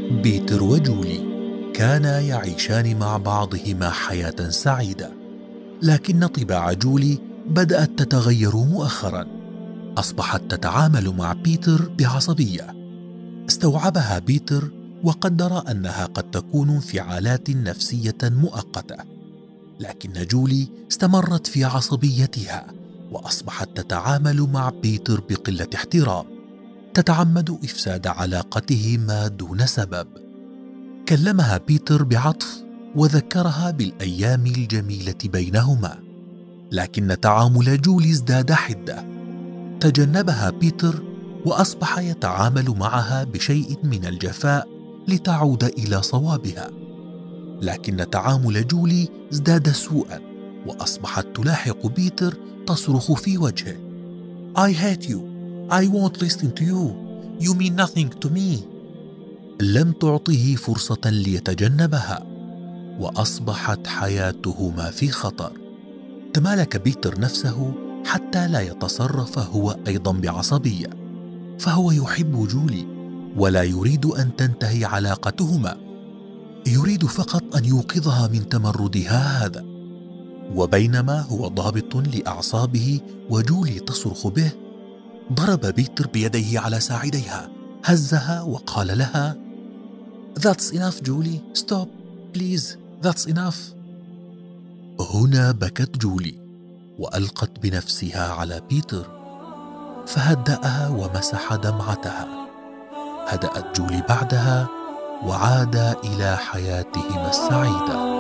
بيتر وجولي كانا يعيشان مع بعضهما حياة سعيدة، لكن طباع جولي بدأت تتغير مؤخرا. أصبحت تتعامل مع بيتر بعصبية. استوعبها بيتر وقدر أنها قد تكون انفعالات نفسية مؤقتة، لكن جولي استمرت في عصبيتها وأصبحت تتعامل مع بيتر بقلة احترام، تتعمد إفساد علاقتهما دون سبب. كلمها بيتر بعطف وذكرها بالأيام الجميلة بينهما، لكن تعامل جولي ازداد حدة. تجنبها بيتر وأصبح يتعامل معها بشيء من الجفاء لتعود إلى صوابها، لكن تعامل جولي ازداد سوءا وأصبحت تلاحق بيتر تصرخ في وجهه: I hate you. I won't listen to you. You mean nothing to me. لم تعطه فرصة ليتجنبها، وأصبحت حياتهما في خطر. تمالك بيتر نفسه حتى لا يتصرف هو أيضا بعصبية، فهو يحب جولي ولا يريد أن تنتهي علاقتهما، يريد فقط أن يوقظها من تمردها هذا. وبينما هو ضابط لأعصابه وجولي تصرخ به، ضرب بيتر بيديه على ساعديها، هزها وقال لها: That's enough جولي. Stop please. That's enough. هنا بكت جولي وألقت بنفسها على بيتر، فهدأها ومسح دمعتها. هدأت جولي بعدها وعادا إلى حياتهما السعيدة.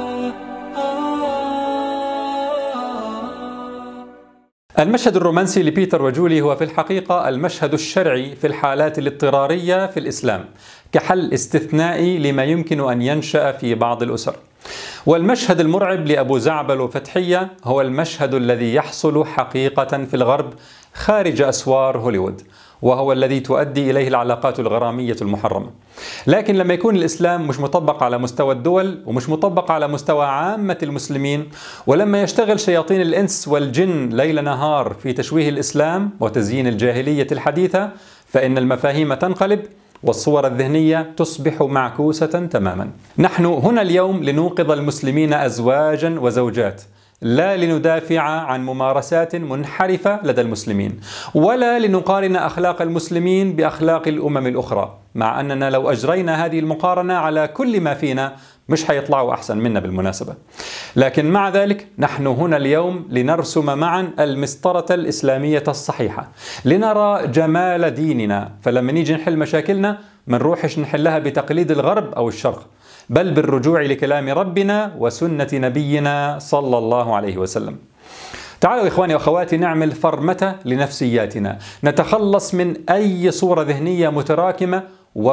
المشهد الرومانسي لبيتر وجولي هو في الحقيقة المشهد الشرعي في الحالات الاضطرارية في الإسلام، كحل استثنائي لما يمكن أن ينشأ في بعض الأسر. والمشهد المرعب لأبو زعبل وفتحية هو المشهد الذي يحصل حقيقة في الغرب خارج أسوار هوليوود، وهو الذي تؤدي إليه العلاقات الغرامية المحرمة. لكن لما يكون الإسلام مش مطبق على مستوى الدول ومش مطبق على مستوى عامة المسلمين، ولما يشتغل شياطين الإنس والجن ليل نهار في تشويه الإسلام وتزيين الجاهلية الحديثة، فإن المفاهيم تنقلب والصور الذهنية تصبح معكوسة تماما. نحن هنا اليوم لنوقظ المسلمين أزواجا وزوجات، لا لندافع عن ممارسات منحرفة لدى المسلمين، ولا لنقارن أخلاق المسلمين بأخلاق الأمم الأخرى، مع أننا لو أجرينا هذه المقارنة على كل ما فينا مش هيطلعوا أحسن منا بالمناسبة. لكن مع ذلك نحن هنا اليوم لنرسم معا المسطرة الإسلامية الصحيحة، لنرى جمال ديننا، فلما نيجي نحل مشاكلنا ما نروحش نحلها بتقليد الغرب أو الشرق، بل بالرجوع لكلام ربنا وسنة نبينا صلى الله عليه وسلم. تعالوا إخواني وأخواتي نعمل فرمتة لنفسياتنا، نتخلص من أي صورة ذهنية متراكمة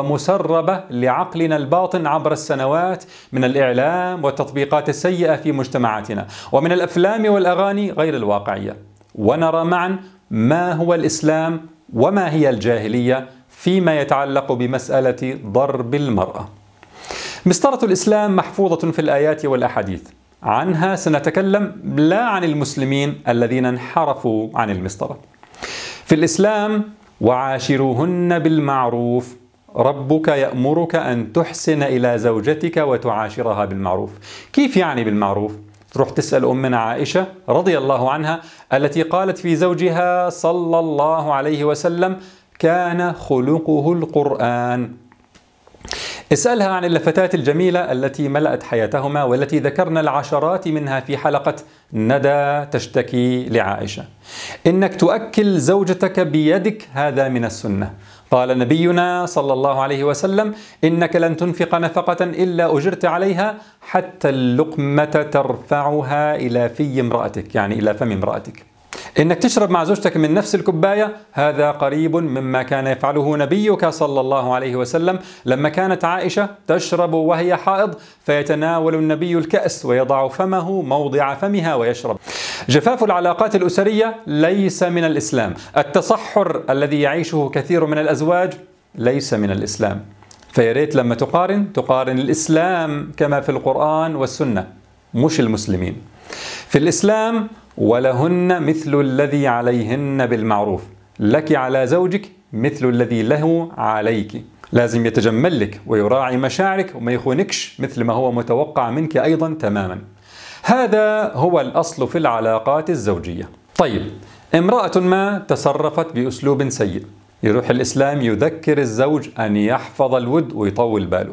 ومسربة لعقلنا الباطن عبر السنوات من الإعلام والتطبيقات السيئة في مجتمعاتنا ومن الأفلام والأغاني غير الواقعية، ونرى معا ما هو الإسلام وما هي الجاهلية فيما يتعلق بمسألة ضرب المرأة. مسطرة الإسلام محفوظة في الآيات والأحاديث، عنها سنتكلم لا عن المسلمين الذين انحرفوا عن المسطرة. في الإسلام: وعاشروهن بالمعروف، ربك يأمرك أن تحسن إلى زوجتك وتعاشرها بالمعروف. كيف يعني بالمعروف؟ تروح تسأل أمنا عائشة رضي الله عنها التي قالت في زوجها صلى الله عليه وسلم: كان خلقه القرآن. اسألها عن اللفتات الجميلة التي ملأت حياتهما والتي ذكرنا العشرات منها في حلقة ندى تشتكي لعائشة. إنك تؤكل زوجتك بيدك هذا من السنة. قال نبينا صلى الله عليه وسلم: إنك لن تنفق نفقة إلا أجرت عليها حتى اللقمة ترفعها إلى في امرأتك، يعني إلى فم امرأتك. إنك تشرب مع زوجتك من نفس الكوباية هذا قريب مما كان يفعله نبيك صلى الله عليه وسلم لما كانت عائشة تشرب وهي حائض فيتناول النبي الكأس ويضع فمه موضع فمها ويشرب. جفاف العلاقات الأسرية ليس من الإسلام. التصحر الذي يعيشه كثير من الأزواج ليس من الإسلام. فياريت لما تقارن الإسلام كما في القرآن والسنة، مش المسلمين. في الإسلام: ولهن مثل الذي عليهن بالمعروف، لك على زوجك مثل الذي له عليك. لازم يتجمل لك ويراعي مشاعرك وما يخونكش مثل ما هو متوقع منك أيضا تماما. هذا هو الأصل في العلاقات الزوجية. طيب، امرأة ما تصرفت بأسلوب سيء، يروح الإسلام يذكر الزوج أن يحفظ الود ويطول باله.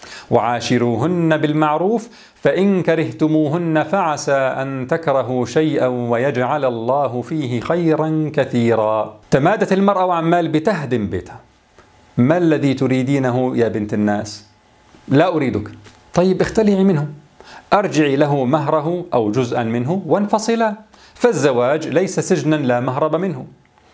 وعاشروهن بالمعروف فإن كرهتموهن فعسى أن تكرهوا شيئا ويجعل الله فيه خيرا كثيرا. تمادت المرأة وعمال بتهدم بيتها. ما الذي تريدينه يا بنت الناس؟ لا أريدك. طيب اختلعي منه، أرجعي له مهره أو جزءا منه وانفصلا. فالزواج ليس سجنا لا مهرب منه.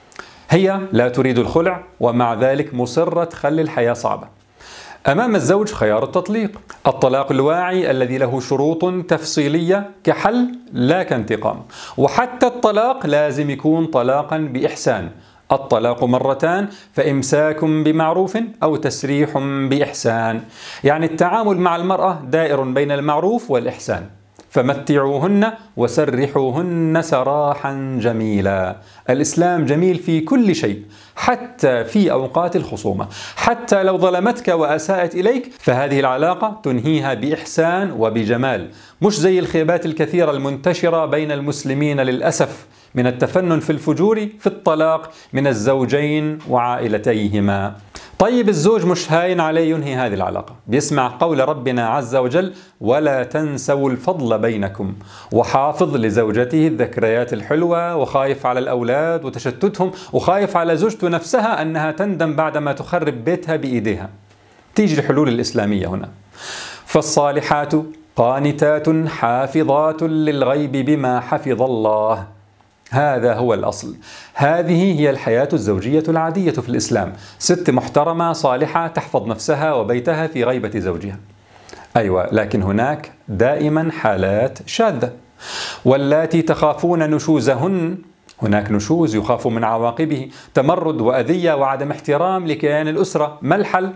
هي لا تريد الخلع ومع ذلك مصرة تخلي الحياة صعبة. أمام الزوج خيار التطليق، الطلاق الواعي الذي له شروط تفصيلية كحل لا كانتقام. وحتى الطلاق لازم يكون طلاقا بإحسان. الطلاق مرتان، فإمساك بمعروف أو تسريح بإحسان. يعني التعامل مع المرأة دائر بين المعروف والإحسان. فمتعوهن وسرحوهن سراحا جميلا. الإسلام جميل في كل شيء، حتى في أوقات الخصومة. حتى لو ظلمتك وأساءت إليك فهذه العلاقة تنهيها بإحسان وبجمال، مش زي الخيبات الكثيرة المنتشرة بين المسلمين للأسف من التفنن في الفجور في الطلاق من الزوجين وعائلتيهما. طيب الزوج مش هاين عليه ينهي هذه العلاقة، بيسمع قول ربنا عز وجل: ولا تنسوا الفضل بينكم، وحافظ لزوجته الذكريات الحلوة، وخايف على الأولاد وتشتتهم، وخايف على زوجته نفسها أنها تندم بعدما تخرب بيتها بإيديها. تيجي الحلول الإسلامية هنا: فالصالحات قانتات حافظات للغيب بما حفظ الله. هذا هو الأصل. هذه هي الحياة الزوجية العادية في الإسلام. ست محترمة صالحة تحفظ نفسها وبيتها في غيبة زوجها. أيوة، لكن هناك دائما حالات شاذة. واللاتي تخافون نشوزهن، هناك نشوز يخاف من عواقبه، تمرد وأذية وعدم احترام لكيان الأسرة. ما الحل؟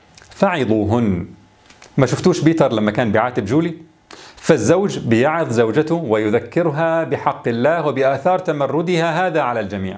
فعظوهن. ما شفتوش بيتر لما كان بيعاتب جولي؟ فالزوج بيعظ زوجته ويذكرها بحق الله وبآثار تمردها هذا على الجميع.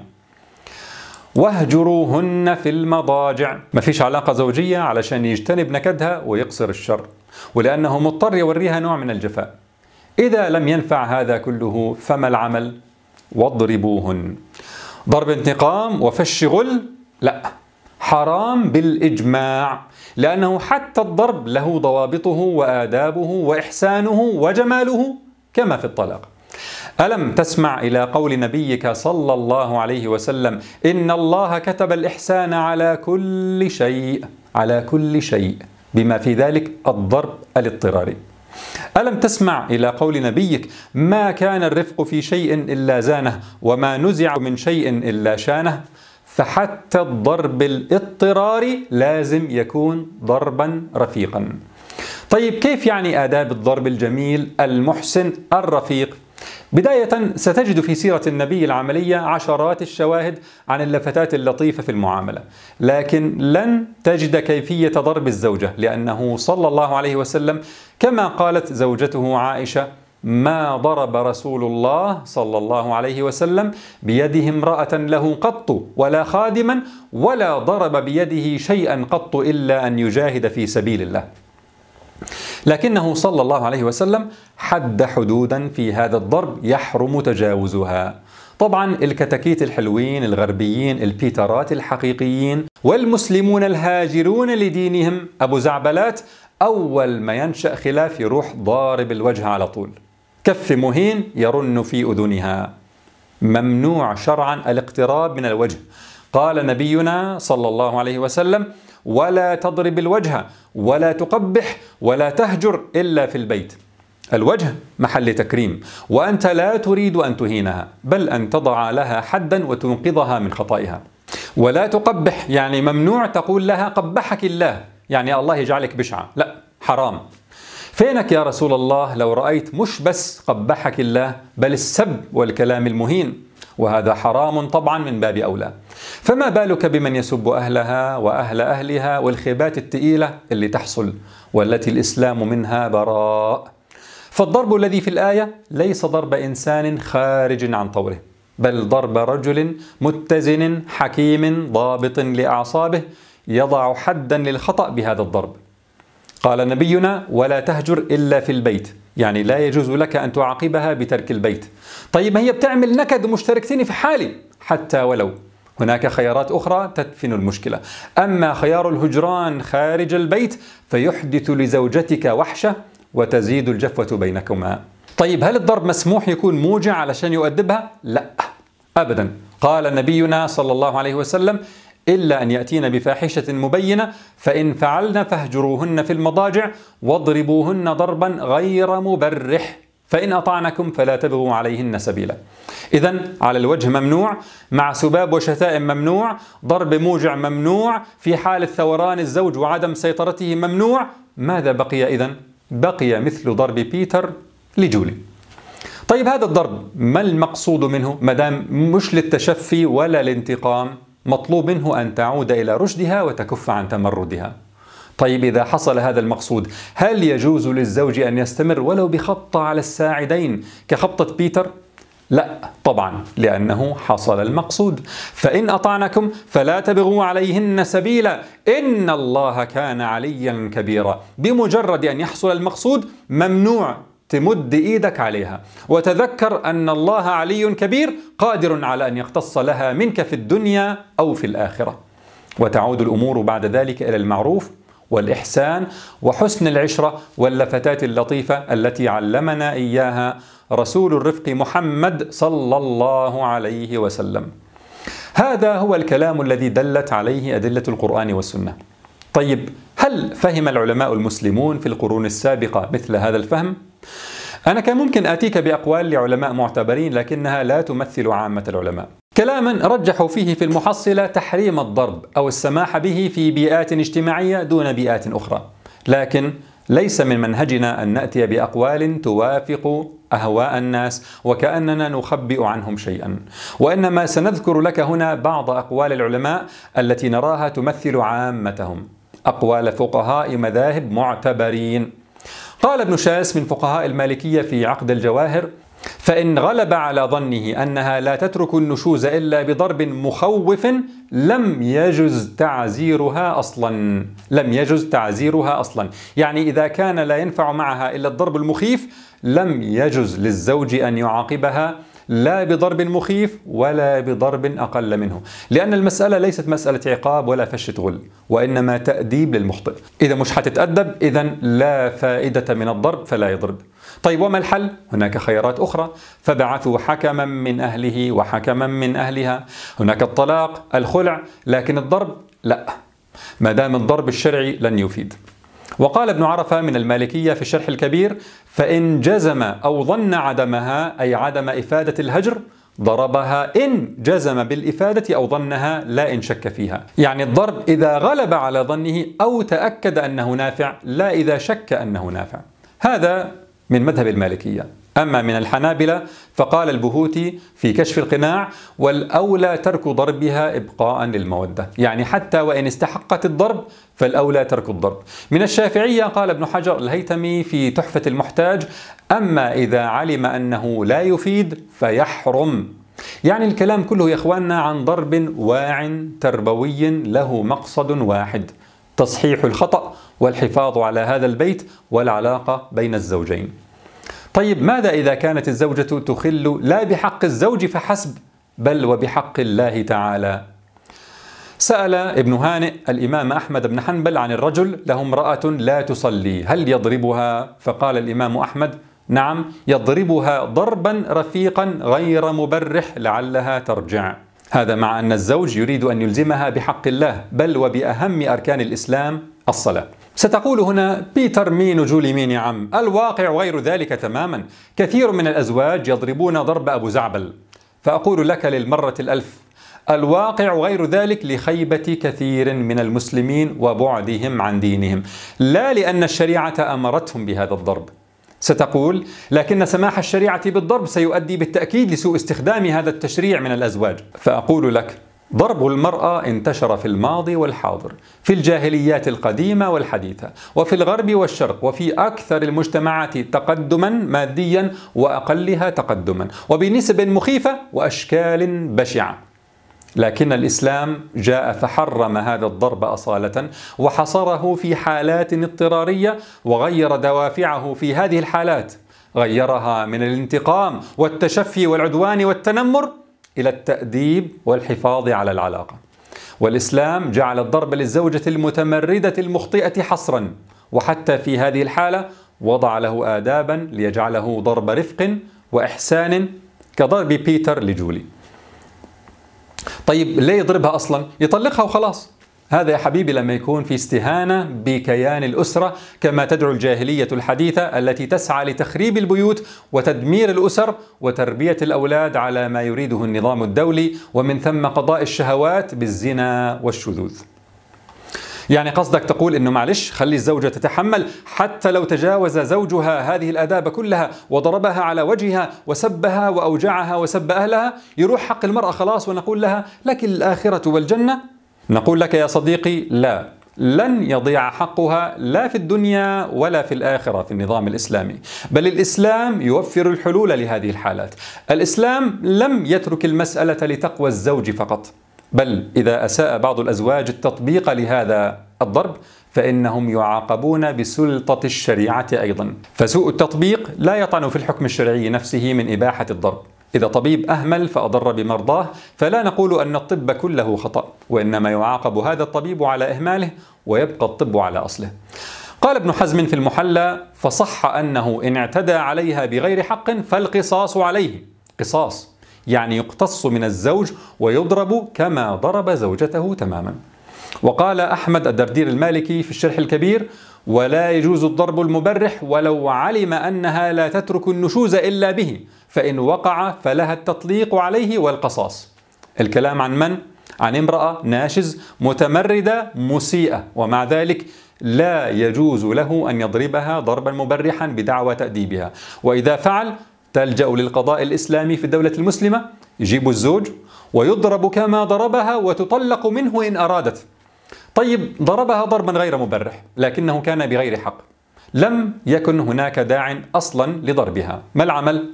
واهجروهن في المضاجع. ما فيش علاقة زوجية علشان يجتنب نكدها ويقصر الشر، ولأنه مضطر يوريها نوع من الجفاء. إذا لم ينفع هذا كله فما العمل؟ واضربوهن. ضرب انتقام وفش غل؟ لا، حرام بالإجماع، لأنه حتى الضرب له ضوابطه وآدابه وإحسانه وجماله كما في الطلاق. ألم تسمع إلى قول نبيك صلى الله عليه وسلم: إن الله كتب الإحسان على كل شيء، على كل شيء، بما في ذلك الضرب الاضطراري. ألم تسمع إلى قول نبيك: ما كان الرفق في شيء إلا زانه، وما نزع من شيء إلا شانه. فحتى الضرب الاضطراري لازم يكون ضربا رفيقا. طيب كيف يعني آداب الضرب الجميل المحسن الرفيق؟ بداية ستجد في سيرة النبي العملية عشرات الشواهد عن اللفتات اللطيفة في المعاملة، لكن لن تجد كيفية ضرب الزوجة، لأنه صلى الله عليه وسلم كما قالت زوجته عائشة: ما ضرب رسول الله صلى الله عليه وسلم بيده امرأة له قط ولا خادما، ولا ضرب بيده شيئا قط إلا أن يجاهد في سبيل الله. لكنه صلى الله عليه وسلم حد حدودا في هذا الضرب يحرم تجاوزها. طبعا الكتاكيت الحلوين الغربيين البيترات الحقيقيين والمسلمون الهاجرون لدينهم أبو زعبلات أول ما ينشأ خلاف يروح ضارب الوجه على طول، كف مهين يرن في أذنها. ممنوع شرعا الاقتراب من الوجه. قال نبينا صلى الله عليه وسلم: ولا تضرب الوجه ولا تقبح ولا تهجر إلا في البيت. الوجه محل تكريم، وأنت لا تريد أن تهينها، بل أن تضع لها حدا وتنقذها من خطئها. ولا تقبح يعني ممنوع تقول لها قبحك الله، يعني الله يجعلك بشعة، لا، حرام. فينك يا رسول الله لو رأيت مش بس قبحك الله بل السب والكلام المهين، وهذا حرام طبعا من باب أولى. فما بالك بمن يسب أهلها وأهل أهلها والخيبات الثقيلة اللي تحصل والتي الإسلام منها براء. فالضرب الذي في الآية ليس ضرب إنسان خارج عن طوره، بل ضرب رجل متزن حكيم ضابط لأعصابه يضع حدا للخطأ بهذا الضرب. قال نبينا: ولا تهجر إلا في البيت، يعني لا يجوز لك أن تعاقبها بترك البيت. طيب ما هي بتعمل نكد ومشتركتين في حالي، حتى ولو هناك خيارات أخرى تدفن المشكلة. أما خيار الهجران خارج البيت فيحدث لزوجتك وحشة وتزيد الجفوة بينكما. طيب هل الضرب مسموح يكون موجع علشان يؤدبها؟ لا أبدا. قال نبينا صلى الله عليه وسلم: إلا أن يأتين بفاحشة مبينة فإن فعلن فاهجروهن في المضاجع واضربوهن ضربا غير مبرح فإن أطعنكم فلا تبغوا عليهن سبيلا. إذن على الوجه ممنوع، مع سباب وشتائم ممنوع، ضرب موجع ممنوع، في حال ثوران الزوج وعدم سيطرته ممنوع. ماذا بقي إذن؟ بقي مثل ضرب بيتر لجولي. طيب هذا الضرب ما المقصود منه؟ مدام مش للتشفي ولا الانتقام، مطلوب منه أن تعود إلى رشدها وتكف عن تمردها. طيب إذا حصل هذا المقصود، هل يجوز للزوج أن يستمر ولو بخبطة على الساعدين كخبطة بيتر؟ لا طبعا، لأنه حصل المقصود. فإن أطعنكم فلا تبغوا عليهن سبيلا إن الله كان عليا كبيرا. بمجرد أن يحصل المقصود ممنوع تمد إيدك عليها، وتذكر أن الله علي كبير قادر على أن يقتص لها منك في الدنيا أو في الآخرة، وتعود الأمور بعد ذلك إلى المعروف والإحسان وحسن العشرة واللفتات اللطيفة التي علمنا إياها رسول الرفق محمد صلى الله عليه وسلم. هذا هو الكلام الذي دلت عليه أدلة القرآن والسنة. طيب هل فهم العلماء المسلمون في القرون السابقة مثل هذا الفهم؟ أنا كان ممكن آتيك بأقوال لعلماء معتبرين لكنها لا تمثل عامة العلماء. كلاما رجحوا فيه في المحصلة تحريم الضرب أو السماح به في بيئات اجتماعية دون بيئات أخرى، لكن ليس من منهجنا أن نأتي بأقوال توافق أهواء الناس وكأننا نخبئ عنهم شيئا، وإنما سنذكر لك هنا بعض أقوال العلماء التي نراها تمثل عامتهم، أقوال فقهاء مذاهب معتبرين. قال ابن شاس من فقهاء المالكية في عقد الجواهر: فإن غلب على ظنه أنها لا تترك النشوز إلا بضرب مخوف لم يجز تعزيرها أصلا. لم يجز تعزيرها أصلا، يعني إذا كان لا ينفع معها إلا الضرب المخيف لم يجز للزوج أن يعاقبها لا بضرب مخيف ولا بضرب أقل منه، لأن المسألة ليست مسألة عقاب ولا فشة غل، وإنما تأديب للمخطئ. إذا مش هتتأدب إذن لا فائدة من الضرب فلا يضرب. طيب وما الحل؟ هناك خيارات أخرى، فبعثوا حكما من أهله وحكما من أهلها. هناك الطلاق، الخلع، لكن الضرب لا، ما دام الضرب الشرعي لن يفيد. وقال ابن عرفة من المالكية في الشرح الكبير: فإن جزم أو ظن عدمها، أي عدم إفادة الهجر، ضربها إن جزم بالإفادة أو ظنها لا إن شك فيها. يعني الضرب إذا غلب على ظنه أو تأكد أنه نافع، لا إذا شك أنه نافع. هذا من مذهب المالكية. أما من الحنابلة فقال البهوتي في كشف القناع: والأولى ترك ضربها إبقاء للمودة، يعني حتى وإن استحقت الضرب فالأولى ترك الضرب. من الشافعية قال ابن حجر الهيثمي في تحفة المحتاج: أما إذا علم أنه لا يفيد فيحرم. يعني الكلام كله يا إخواننا عن ضرب واع تربوي له مقصد واحد: تصحيح الخطأ والحفاظ على هذا البيت والعلاقة بين الزوجين. طيب ماذا إذا كانت الزوجة تخل لا بحق الزوج فحسب بل وبحق الله تعالى؟ سأل ابن هانئ الإمام أحمد بن حنبل عن الرجل له امرأة لا تصلي هل يضربها؟ فقال الإمام أحمد: نعم، يضربها ضربا رفيقا غير مبرح لعلها ترجع. هذا مع أن الزوج يريد أن يلزمها بحق الله بل وبأهم أركان الإسلام الصلاة. ستقول هنا: بيتر مين وجولي مين يا عم؟ الواقع غير ذلك تماما. كثير من الأزواج يضربون ضرب أبو زعبل. فأقول لك للمرة الألف: الواقع غير ذلك لخيبة كثير من المسلمين وبعدهم عن دينهم، لا لأن الشريعة أمرتهم بهذا الضرب. ستقول: لكن سماح الشريعة بالضرب سيؤدي بالتأكيد لسوء استخدام هذا التشريع من الأزواج. فأقول لك: ضرب المرأة انتشر في الماضي والحاضر، في الجاهليات القديمة والحديثة، وفي الغرب والشرق، وفي أكثر المجتمعات تقدما ماديا وأقلها تقدما، وبنسب مخيفة وأشكال بشعة. لكن الإسلام جاء فحرم هذا الضرب أصالة وحصره في حالات اضطرارية، وغير دوافعه في هذه الحالات، غيرها من الانتقام والتشفي والعدوان والتنمر إلى التأديب والحفاظ على العلاقة. والإسلام جعل الضرب للزوجة المتمردة المخطئة حصرا، وحتى في هذه الحالة وضع له آدابا ليجعله ضرب رفق وإحسان كضرب بيتر لجولي. طيب ليه يضربها أصلا؟ يطلقها وخلاص. هذا يا حبيبي لما يكون في استهانة بكيان الأسرة كما تدعو الجاهلية الحديثة التي تسعى لتخريب البيوت وتدمير الأسر وتربية الأولاد على ما يريده النظام الدولي، ومن ثم قضاء الشهوات بالزنا والشذوذ. يعني قصدك تقول إنه معلش خلي الزوجة تتحمل حتى لو تجاوز زوجها هذه الآداب كلها وضربها على وجهها وسبها وأوجعها وسب أهلها، يروح حق المرأة خلاص ونقول لها لك الآخرة والجنة؟ نقول لك يا صديقي لا، لن يضيع حقها لا في الدنيا ولا في الآخرة في النظام الإسلامي، بل الإسلام يوفر الحلول لهذه الحالات. الإسلام لم يترك المسألة لتقوى الزوج فقط، بل إذا أساء بعض الأزواج التطبيق لهذا الضرب فإنهم يعاقبون بسلطة الشريعة أيضا. فسوء التطبيق لا يطعن في الحكم الشرعي نفسه من إباحة الضرب. إذا طبيب أهمل فأضر بمرضاه فلا نقول أن الطب كله خطأ، وإنما يعاقب هذا الطبيب على إهماله ويبقى الطب على أصله. قال ابن حزم في المحلى: فصح أنه إن اعتدى عليها بغير حق فالقصاص عليه. قصاص يعني يقتص من الزوج ويضرب كما ضرب زوجته تماما. وقال أحمد الدردير المالكي في الشرح الكبير: ولا يجوز الضرب المبرح ولو علم أنها لا تترك النشوز إلا به، فإن وقع فلها التطليق عليه والقصاص. الكلام عن من؟ عن امرأة ناشز متمردة مسيئة، ومع ذلك لا يجوز له أن يضربها ضربا مبرحا بدعوى تأديبها، وإذا فعل تلجأ للقضاء الإسلامي في الدولة المسلمة، يجيب الزوج ويضرب كما ضربها وتطلق منه إن أرادت. طيب ضربها ضربا غير مبرح لكنه كان بغير حق، لم يكن هناك داع أصلا لضربها، ما العمل؟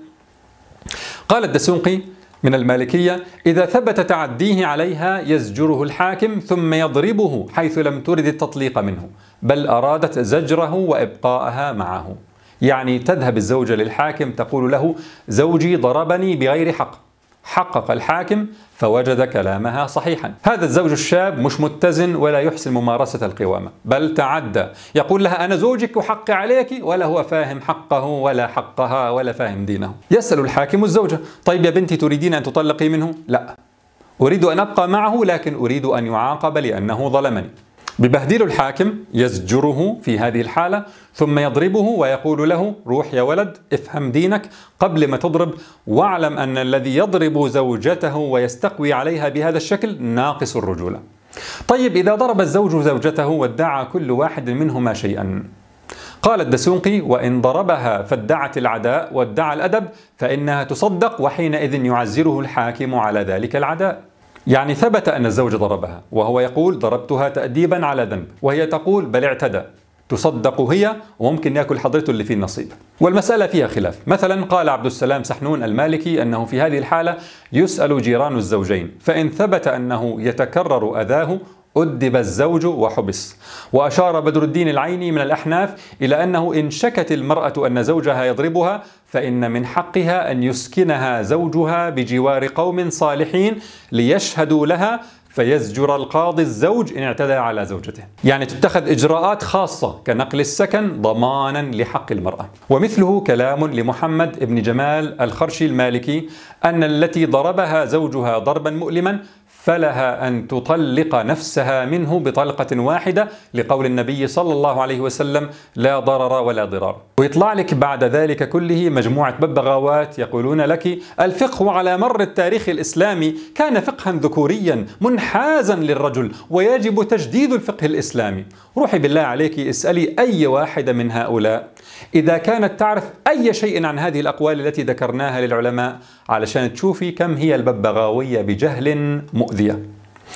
قال الدسوقي من المالكية: إذا ثبت تعديه عليها يزجره الحاكم ثم يضربه حيث لم ترد التطليق منه، بل أرادت زجره وإبقاءها معه. يعني تذهب الزوجة للحاكم تقول له: زوجي ضربني بغير حق. حقق الحاكم فوجد كلامها صحيحا. هذا الزوج الشاب مش متزن ولا يحسن ممارسة القوامة، بل تعدى، يقول لها: أنا زوجك وحقي عليك، ولا هو فاهم حقه ولا حقها ولا فاهم دينه. يسأل الحاكم الزوجة: طيب يا بنتي تريدين أن تطلقي منه؟ لا، أريد أن أبقى معه لكن أريد أن يعاقب لأنه ظلمني. ببهدل الحاكم، يزجره في هذه الحالة ثم يضربه ويقول له: روح يا ولد افهم دينك قبل ما تضرب، واعلم أن الذي يضرب زوجته ويستقوي عليها بهذا الشكل ناقص الرجولة. طيب إذا ضرب الزوج زوجته وادعى كل واحد منهما شيئا، قال الدسوقي: وإن ضربها فادعت العداء وادعى الأدب فإنها تصدق، وحينئذ يعزره الحاكم على ذلك العداء. يعني ثبت أن الزوج ضربها وهو يقول: ضربتها تأديبا على ذنب، وهي تقول: بل اعتدى. تصدق هي وممكن يأكل حضرته اللي فيه النصيب. والمسألة فيها خلاف. مثلا قال عبد السلام سحنون المالكي أنه في هذه الحالة يسأل جيران الزوجين، فإن ثبت أنه يتكرر أذاه أدب الزوج وحبس. وأشار بدر الدين العيني من الأحناف إلى أنه إن شكت المرأة أن زوجها يضربها فإن من حقها أن يسكنها زوجها بجوار قوم صالحين ليشهدوا لها، فيزجر القاضي الزوج إن اعتدى على زوجته. يعني تتخذ إجراءات خاصة كنقل السكن ضمانا لحق المرأة. ومثله كلام لمحمد بن جمال الخرشي المالكي أن التي ضربها زوجها ضربا مؤلما فلها أن تطلق نفسها منه بطلقة واحدة، لقول النبي صلى الله عليه وسلم: لا ضرر ولا ضرار. ويطلع لك بعد ذلك كله مجموعة ببغاوات يقولون لك: الفقه على مر التاريخ الإسلامي كان فقها ذكوريا منحازا للرجل ويجب تجديد الفقه الإسلامي. روحي بالله عليك اسألي أي واحدة من هؤلاء إذا كانت تعرف أي شيء عن هذه الأقوال التي ذكرناها للعلماء علشان تشوفي كم هي الببغاوية بجهل مؤذية.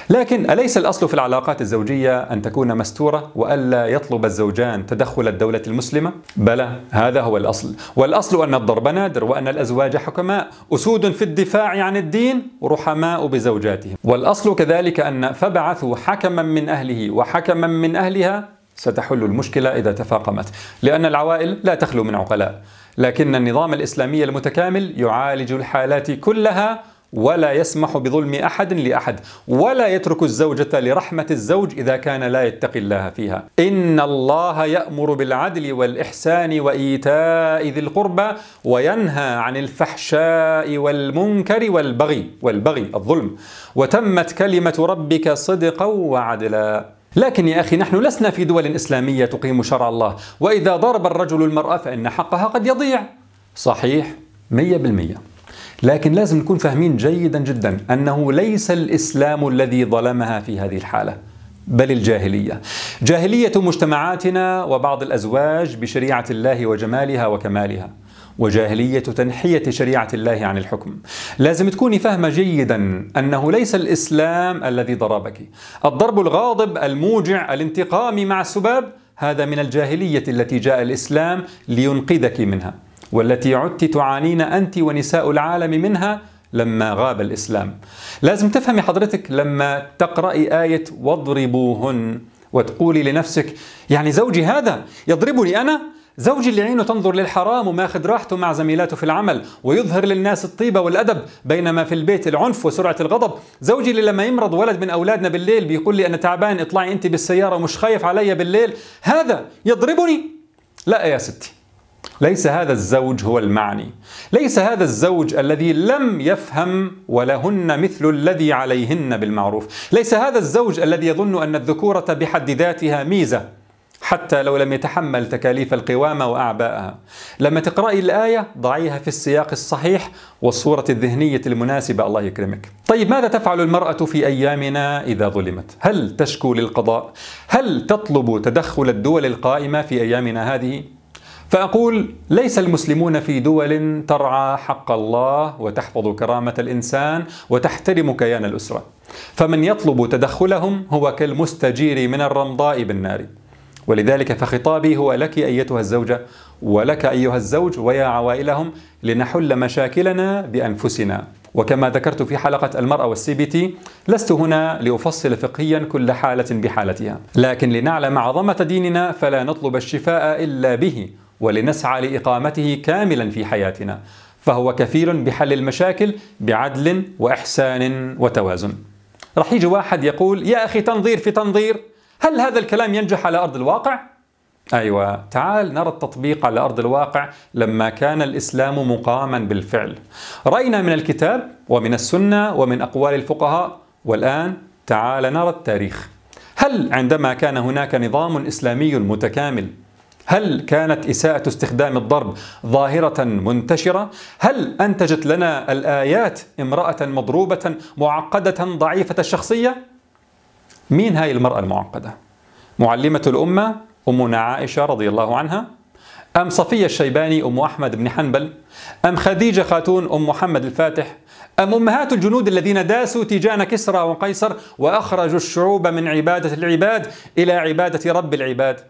لكن أليس الأصل في العلاقات الزوجية أن تكون مستورة وألا يطلب الزوجان تدخل الدولة المسلمة؟ بلى، هذا هو الأصل، والأصل أن الضرب نادر، وأن الأزواج حكماء أسود في الدفاع عن الدين رحماء بزوجاتهم. والأصل كذلك أن فبعثوا حكما من أهله وحكما من أهلها ستحل المشكلة إذا تفاقمت، لأن العوائل لا تخلو من عقلاء، لكن النظام الإسلامي المتكامل يعالج الحالات كلها ولا يسمح بظلم أحد لأحد، ولا يترك الزوجة لرحمة الزوج إذا كان لا يتقي الله فيها. إن الله يأمر بالعدل والإحسان وإيتاء ذي القربى وينهى عن الفحشاء والمنكر والبغي الظلم، وتمت كلمة ربك صدقا وعدلا. لكن يا أخي، نحن لسنا في دول إسلامية تقيم شرع الله، وإذا ضرب الرجل المرأة فإن حقها قد يضيع. صحيح 100%، لكن لازم نكون فاهمين جيدا جدا أنه ليس الإسلام الذي ظلمها في هذه الحالة، بل الجاهلية، جاهلية مجتمعاتنا وبعض الأزواج بشريعة الله وجمالها وكمالها، وجاهلية تنحية شريعة الله عن الحكم. لازم تكوني فاهمة جيدا أنه ليس الإسلام الذي ضربك. الضرب الغاضب الموجع الانتقامي مع السباب هذا من الجاهلية التي جاء الإسلام لينقذك منها، والتي عدت تعانين أنت ونساء العالم منها لما غاب الإسلام. لازم تفهمي حضرتك لما تقرأي آية واضربوهن وتقولي لنفسك يعني زوجي هذا يضربني أنا؟ زوجي اللي عينه تنظر للحرام وماخذ راحته مع زميلاته في العمل ويظهر للناس الطيبة والأدب، بينما في البيت العنف وسرعة الغضب. زوجي اللي لما يمرض ولد من أولادنا بالليل بيقول لي أنا تعبان، اطلعي أنت بالسيارة ومش خايف علي بالليل، هذا يضربني؟ لا يا ستي، ليس هذا الزوج هو المعني، ليس هذا الزوج الذي لم يفهم ولهن مثل الذي عليهن بالمعروف، ليس هذا الزوج الذي يظن أن الذكورة بحد ذاتها ميزة حتى لو لم يتحمل تكاليف القوامة وأعباءها. لما تقرأي الآية ضعيها في السياق الصحيح والصورة الذهنية المناسبة، الله يكرمك. طيب ماذا تفعل المرأة في أيامنا إذا ظلمت؟ هل تشكو للقضاء؟ هل تطلب تدخل الدول القائمة في أيامنا هذه؟ فأقول ليس المسلمون في دول ترعى حق الله وتحفظ كرامة الإنسان وتحترم كيان الأسرة، فمن يطلب تدخلهم هو كالمستجير من الرمضاء بالنار. ولذلك فخطابي هو لك أيتها الزوجة ولك أيها الزوج ويا عوائلهم لنحل مشاكلنا بأنفسنا. وكما ذكرت في حلقة المرأة والCBT، لست هنا لأفصل فقهيا كل حالة بحالتها، لكن لنعلم عظمة ديننا فلا نطلب الشفاء إلا به، ولنسعى لإقامته كاملا في حياتنا، فهو كفيل بحل المشاكل بعدل وإحسان وتوازن. رح يجي واحد يقول يا أخي تنظير في تنظير، هل هذا الكلام ينجح على أرض الواقع؟ أيوة، تعال نرى التطبيق على أرض الواقع لما كان الإسلام مقاما بالفعل. رأينا من الكتاب ومن السنة ومن أقوال الفقهاء، والآن تعال نرى التاريخ. هل عندما كان هناك نظام إسلامي متكامل هل كانت إساءة استخدام الضرب ظاهرة منتشرة؟ هل أنتجت لنا الآيات امرأة مضروبة معقدة ضعيفة الشخصية؟ مين هاي المرأة المعقدة؟ معلمة الأمة أمنا عائشة رضي الله عنها؟ أم صفية الشيباني أم أحمد بن حنبل؟ أم خديجة خاتون أم محمد الفاتح؟ أم أمهات الجنود الذين داسوا تيجان كسرى وقيصر وأخرجوا الشعوب من عبادة العباد إلى عبادة رب العباد؟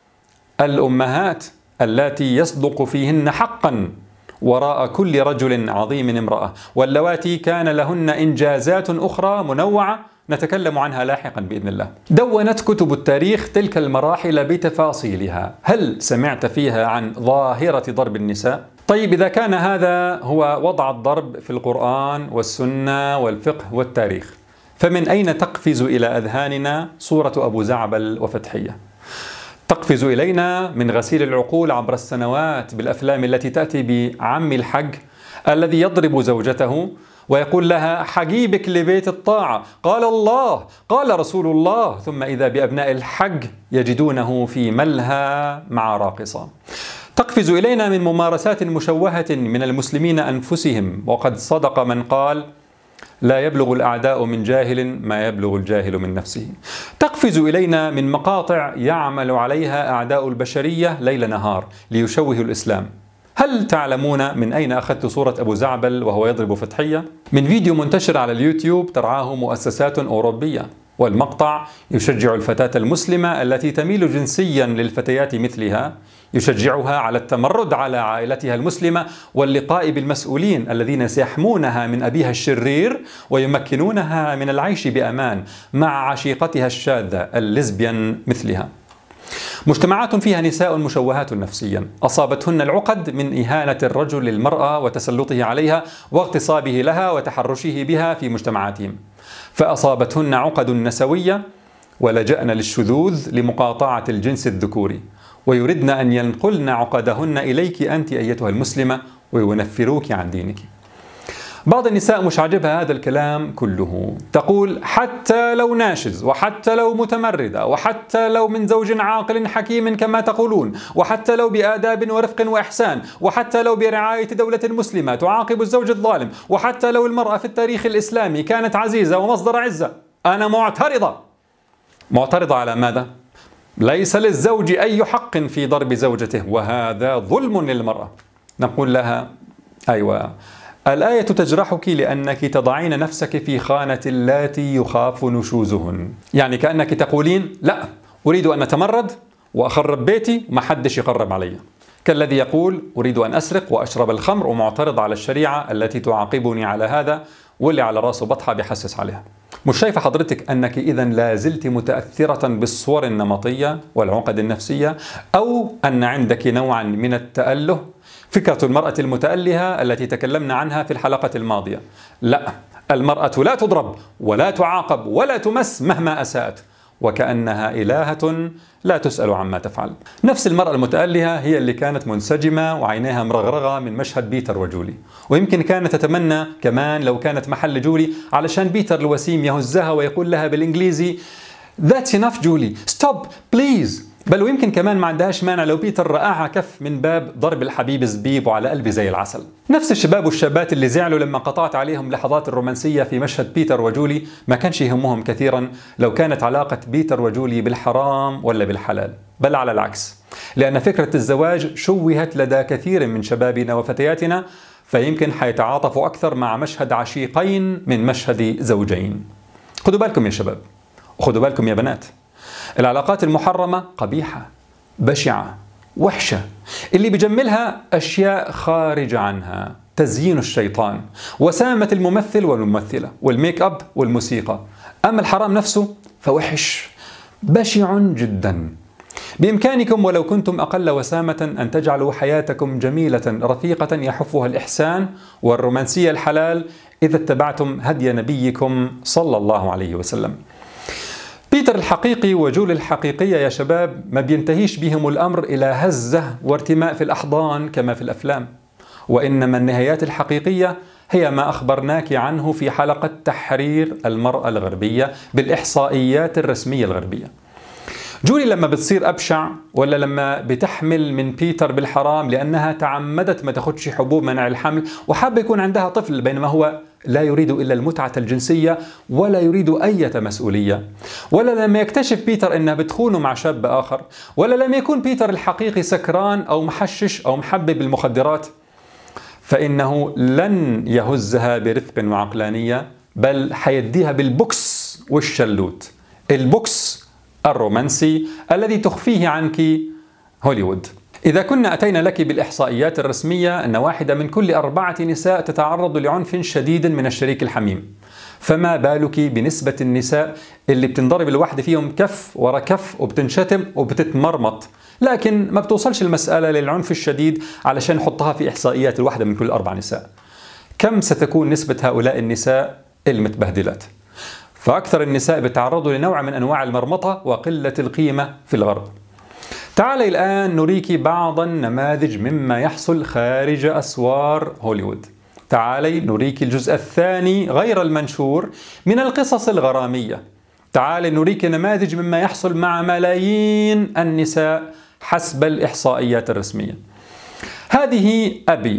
الأمهات اللاتي يصدق فيهن حقا وراء كل رجل عظيم امرأة، واللواتي كان لهن إنجازات أخرى منوعة نتكلم عنها لاحقا بإذن الله. دونت كتب التاريخ تلك المراحل بتفاصيلها. هل سمعت فيها عن ظاهرة ضرب النساء؟ طيب إذا كان هذا هو وضع الضرب في القرآن والسنة والفقه والتاريخ، فمن أين تقفز إلى أذهاننا صورة أبو زعبل وفتحية؟ تقفز إلينا من غسيل العقول عبر السنوات بالأفلام التي تأتي بعم الحج الذي يضرب زوجته ويقول لها حجيبك لبيت الطاعة، قال الله قال رسول الله، ثم إذا بأبناء الحج يجدونه في ملهى مع راقصة. تقفز إلينا من ممارسات مشوهة من المسلمين أنفسهم، وقد صدق من قال لا يبلغ الأعداء من جاهل ما يبلغ الجاهل من نفسه. تقفز إلينا من مقاطع يعمل عليها أعداء البشرية ليل نهار ليشوهوا الإسلام، هل تعلمون من أين أخذت صورة أبو زعبل وهو يضرب فتحية؟ من فيديو منتشر على اليوتيوب ترعاه مؤسسات أوروبية، والمقطع يشجع الفتاة المسلمة التي تميل جنسيا للفتيات مثلها، يشجعها على التمرد على عائلتها المسلمة واللقاء بالمسؤولين الذين سيحمونها من أبيها الشرير ويمكنونها من العيش بأمان مع عشيقتها الشاذة الليزبيان مثلها. مجتمعات فيها نساء مشوهات نفسيا أصابتهن العقد من إهانة الرجل للمرأة وتسلطه عليها واغتصابه لها وتحرشه بها في مجتمعاتهم، فأصابتهن عقد نسوية ولجأن للشذوذ لمقاطعة الجنس الذكوري، ويردن أن ينقلن عقدهن إليك أنت أيتها المسلمة وينفروك عن دينك. بعض النساء مش عاجبها هذا الكلام كله، تقول حتى لو ناشز، وحتى لو متمردة، وحتى لو من زوج عاقل حكيم كما تقولون، وحتى لو بآداب ورفق وإحسان، وحتى لو برعاية دولة مسلمة تعاقب الزوج الظالم، وحتى لو المرأة في التاريخ الإسلامي كانت عزيزة ومصدر عزة، أنا معترضة. معترضة على ماذا؟ ليس للزوج أي حق في ضرب زوجته، وهذا ظلم للمرأة. نقول لها أيوة، الآية تجرحك لأنك تضعين نفسك في خانة اللاتي يخاف نشوزهن، يعني كأنك تقولين لا، أريد أن أتمرد وأخرب بيتي وما حدش يقرب علي، كالذي يقول أريد أن أسرق وأشرب الخمر ومعترض على الشريعة التي تعاقبني على هذا، واللي على راسه بطحة بيحسس عليها. مش شايفة حضرتك أنك إذا لا زلت متأثرة بالصور النمطية والعقد النفسية، أو أن عندك نوعا من التأله؟ فكرة المرأة المتألهة التي تكلمنا عنها في الحلقة الماضية، لا، المرأة لا تضرب ولا تعاقب ولا تمس مهما أساءت، وكأنها إلهة لا تسأل عما تفعل. نفس المرأة المتألهة هي اللي كانت منسجمة وعينيها مرغرغة من مشهد بيتر وجولي، ويمكن كانت تتمنى كمان لو كانت محل جولي علشان بيتر الوسيم يهزها ويقول لها بالإنجليزي That's enough جولي، stop please. بل ويمكن كمان ما عندهاش مانع لو بيتر رآها كف من باب ضرب الحبيب زبيب وعلى قلبي زي العسل. نفس الشباب والشابات اللي زعلوا لما قطعت عليهم لحظات الرومانسية في مشهد بيتر وجولي ما كانش يهمهم كثيرا لو كانت علاقة بيتر وجولي بالحرام ولا بالحلال، بل على العكس، لأن فكرة الزواج شوهت لدى كثير من شبابنا وفتياتنا، فيمكن حيتعاطفوا أكثر مع مشهد عشيقين من مشهد زوجين. خدوا بالكم يا شباب، وخدوا بالكم يا بنات، العلاقات المحرمة قبيحة، بشعة، وحشة، اللي بيجملها أشياء خارجة عنها، تزيين الشيطان، وسامة الممثل والممثلة، والميك أب والموسيقى. أما الحرام نفسه فوحش، بشع جدا. بإمكانكم ولو كنتم أقل وسامة أن تجعلوا حياتكم جميلة رفيقة يحفها الإحسان والرومانسية الحلال إذا اتبعتم هدي نبيكم صلى الله عليه وسلم. بيتر الحقيقي وجول الحقيقية يا شباب ما بينتهيش بهم الأمر إلى هزة وارتماء في الأحضان كما في الأفلام، وإنما النهايات الحقيقية هي ما أخبرناك عنه في حلقة تحرير المرأة الغربية بالإحصائيات الرسمية الغربية. جولي لما بتصير أبشع، ولا لما بتحمل من بيتر بالحرام لأنها تعمدت ما تاخدش حبوب منع الحمل وحابة يكون عندها طفل، بينما هو لا يريد إلا المتعة الجنسية ولا يريد أي مسؤولية، ولا لما يكتشف بيتر أنها بتخونه مع شاب آخر، ولا لما يكون بيتر الحقيقي سكران أو محشش أو محبب بالمخدرات، فإنه لن يهزها برفق وعقلانية، بل حيديها بالبوكس والشلوت، البوكس الرومانسي الذي تخفيه عنك هوليوود. إذا كنا أتينا لك بالإحصائيات الرسمية أن 1 من كل 4 نساء تتعرض لعنف شديد من الشريك الحميم، فما بالك بنسبة النساء اللي بتنضرب الواحدة فيهم كف ورا كف وبتنشتم وبتتمرمط، لكن ما بتوصلش المسألة للعنف الشديد علشان نحطها في إحصائيات 1 من كل 4 نساء. كم ستكون نسبة هؤلاء النساء المتبهدلات؟ فأكثر النساء بيتعرضوا لنوع من أنواع المرمطة وقلة القيمة في الغرب. تعالي الآن نريك بعض النماذج مما يحصل خارج أسوار هوليوود. تعالي نريك الجزء الثاني غير المنشور من القصص الغرامية. تعالي نريك نماذج مما يحصل مع ملايين النساء حسب الإحصائيات الرسمية. هذه أبي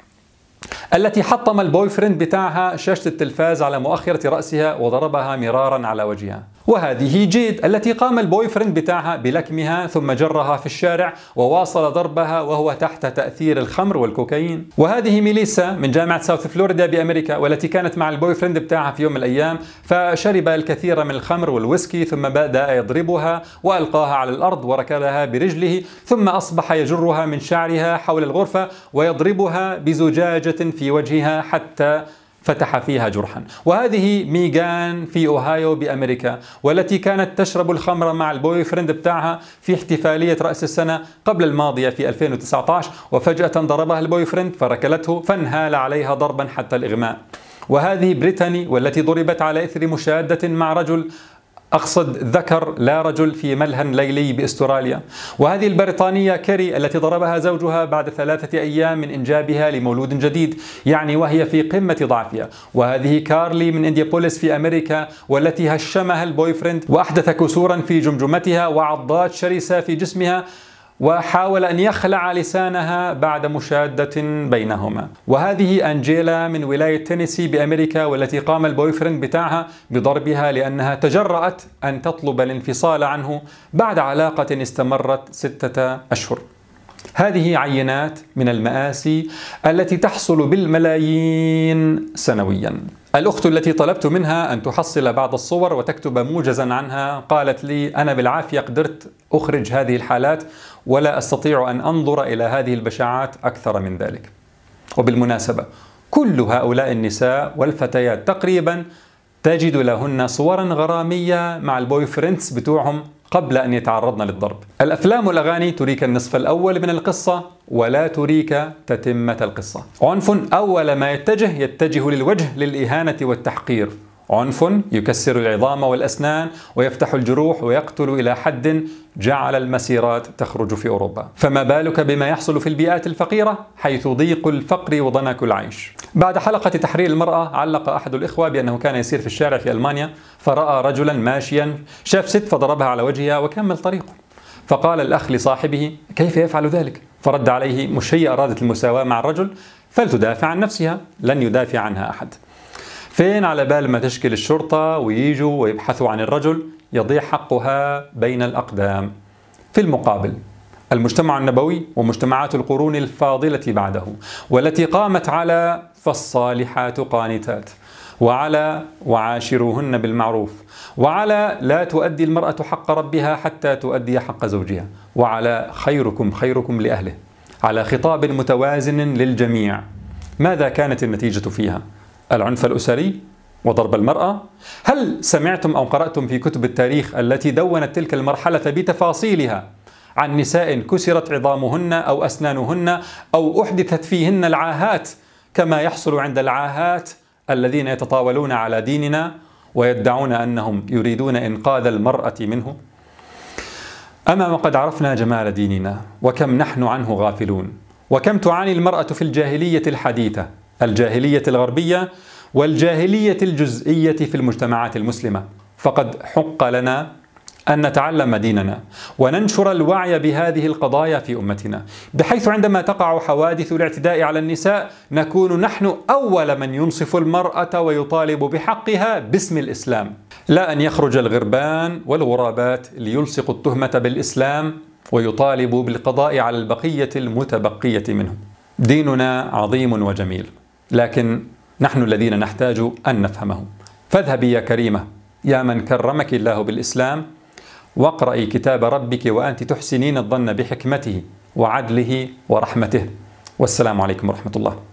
التي حطم البوي فريند بتاعها شاشة التلفاز على مؤخرة رأسها وضربها مرارا على وجهها. وهذه جيد التي قام البوي فريند بتاعها بلكمها ثم جرها في الشارع وواصل ضربها وهو تحت تأثير الخمر والكوكايين. وهذه ميليسا من جامعة ساوث فلوريدا بأمريكا، والتي كانت مع البوي فريند بتاعها في يوم من الأيام، فشرب الكثير من الخمر والويسكي ثم بدأ يضربها وألقاها على الأرض وركلها برجله، ثم أصبح يجرها من شعرها حول الغرفة ويضربها بزجاجة في وجهها حتى فتح فيها جرحا. وهذه ميغان في أوهايو بأمريكا، والتي كانت تشرب الخمر مع البوي فريند بتاعها في احتفالية رأس السنة قبل الماضية في 2019، وفجأة ضربها البوي فريند فركلته فانهال عليها ضربا حتى الإغماء. وهذه بريتاني، والتي ضربت على إثر مشادة مع رجل، أقصد ذكر لا رجل، في ملهى ليلي بأستراليا. وهذه البريطانية كيري التي ضربها زوجها بعد 3 أيام من إنجابها لمولود جديد، يعني وهي في قمة ضعفها. وهذه كارلي من إنديابوليس في أمريكا، والتي هشمها البوي فريند وأحدث كسورا في جمجمتها وعضات شرسة في جسمها، وحاول أن يخلع لسانها بعد مشادة بينهما. وهذه أنجيلا من ولاية تينيسي بأمريكا، والتي قام البوي فريند بتاعها بضربها لأنها تجرأت أن تطلب الانفصال عنه بعد علاقة استمرت 6 أشهر. هذه عينات من المآسي التي تحصل بالملايين سنويا. الأخت التي طلبت منها أن تحصل بعض الصور وتكتب موجزا عنها قالت لي: أنا بالعافية قدرت أخرج هذه الحالات ولا أستطيع أن أنظر إلى هذه البشاعات أكثر من ذلك. وبالمناسبة كل هؤلاء النساء والفتيات تقريبا تجد لهن صورا غرامية مع البوي فريندز بتوعهم قبل أن يتعرضن للضرب. الأفلام والأغاني تريك النصف الأول من القصة ولا تريك تتمة القصة. عنف أول ما يتجه للوجه للإهانة والتحقير، عنف يكسر العظام والأسنان ويفتح الجروح ويقتل إلى حد جعل المسيرات تخرج في أوروبا. فما بالك بما يحصل في البيئات الفقيرة حيث ضيق الفقر وضنك العيش. بعد حلقة تحرير المرأة علق أحد الإخوة بأنه كان يسير في الشارع في ألمانيا فرأى رجلا ماشيا، شاف ست فضربها على وجهها وكمل طريقه. فقال الأخ لصاحبه: كيف يفعل ذلك؟ فرد عليه: مش هي أرادت المساواة مع الرجل فلتدافع عن نفسها، لن يدافع عنها أحد. فين على بال ما تشكل الشرطة ويجوا ويبحثوا عن الرجل يضيع حقها بين الأقدام. في المقابل المجتمع النبوي ومجتمعات القرون الفاضلة بعده، والتي قامت على فالصالحات قانتات، وعلى وعاشروهن بالمعروف، وعلى لا تؤدي المرأة حق ربها حتى تؤدي حق زوجها، وعلى خيركم خيركم لأهله، على خطاب متوازن للجميع، ماذا كانت النتيجة فيها؟ العنف الأسري وضرب المرأة. هل سمعتم أو قرأتم في كتب التاريخ التي دونت تلك المرحلة بتفاصيلها عن نساء كسرت عظامهن أو أسنانهن أو أحدثت فيهن العاهات كما يحصل عند العاهات الذين يتطاولون على ديننا ويدعون أنهم يريدون إنقاذ المرأة منه؟ أما وقد عرفنا جمال ديننا وكم نحن عنه غافلون، وكم تعاني المرأة في الجاهلية الحديثة، الجاهلية الغربية والجاهلية الجزئية في المجتمعات المسلمة، فقد حق لنا أن نتعلم ديننا وننشر الوعي بهذه القضايا في أمتنا، بحيث عندما تقع حوادث الاعتداء على النساء نكون نحن أول من ينصف المرأة ويطالب بحقها باسم الإسلام، لا أن يخرج الغربان والغرابات ليلصقوا التهمة بالإسلام ويطالبوا بالقضاء على البقية المتبقية منه. ديننا عظيم وجميل، لكن نحن الذين نحتاج أن نفهمه. فاذهبي يا كريمة يا من كرمك الله بالإسلام واقرأي كتاب ربك وأنت تحسنين الظن بحكمته وعدله ورحمته. والسلام عليكم ورحمة الله.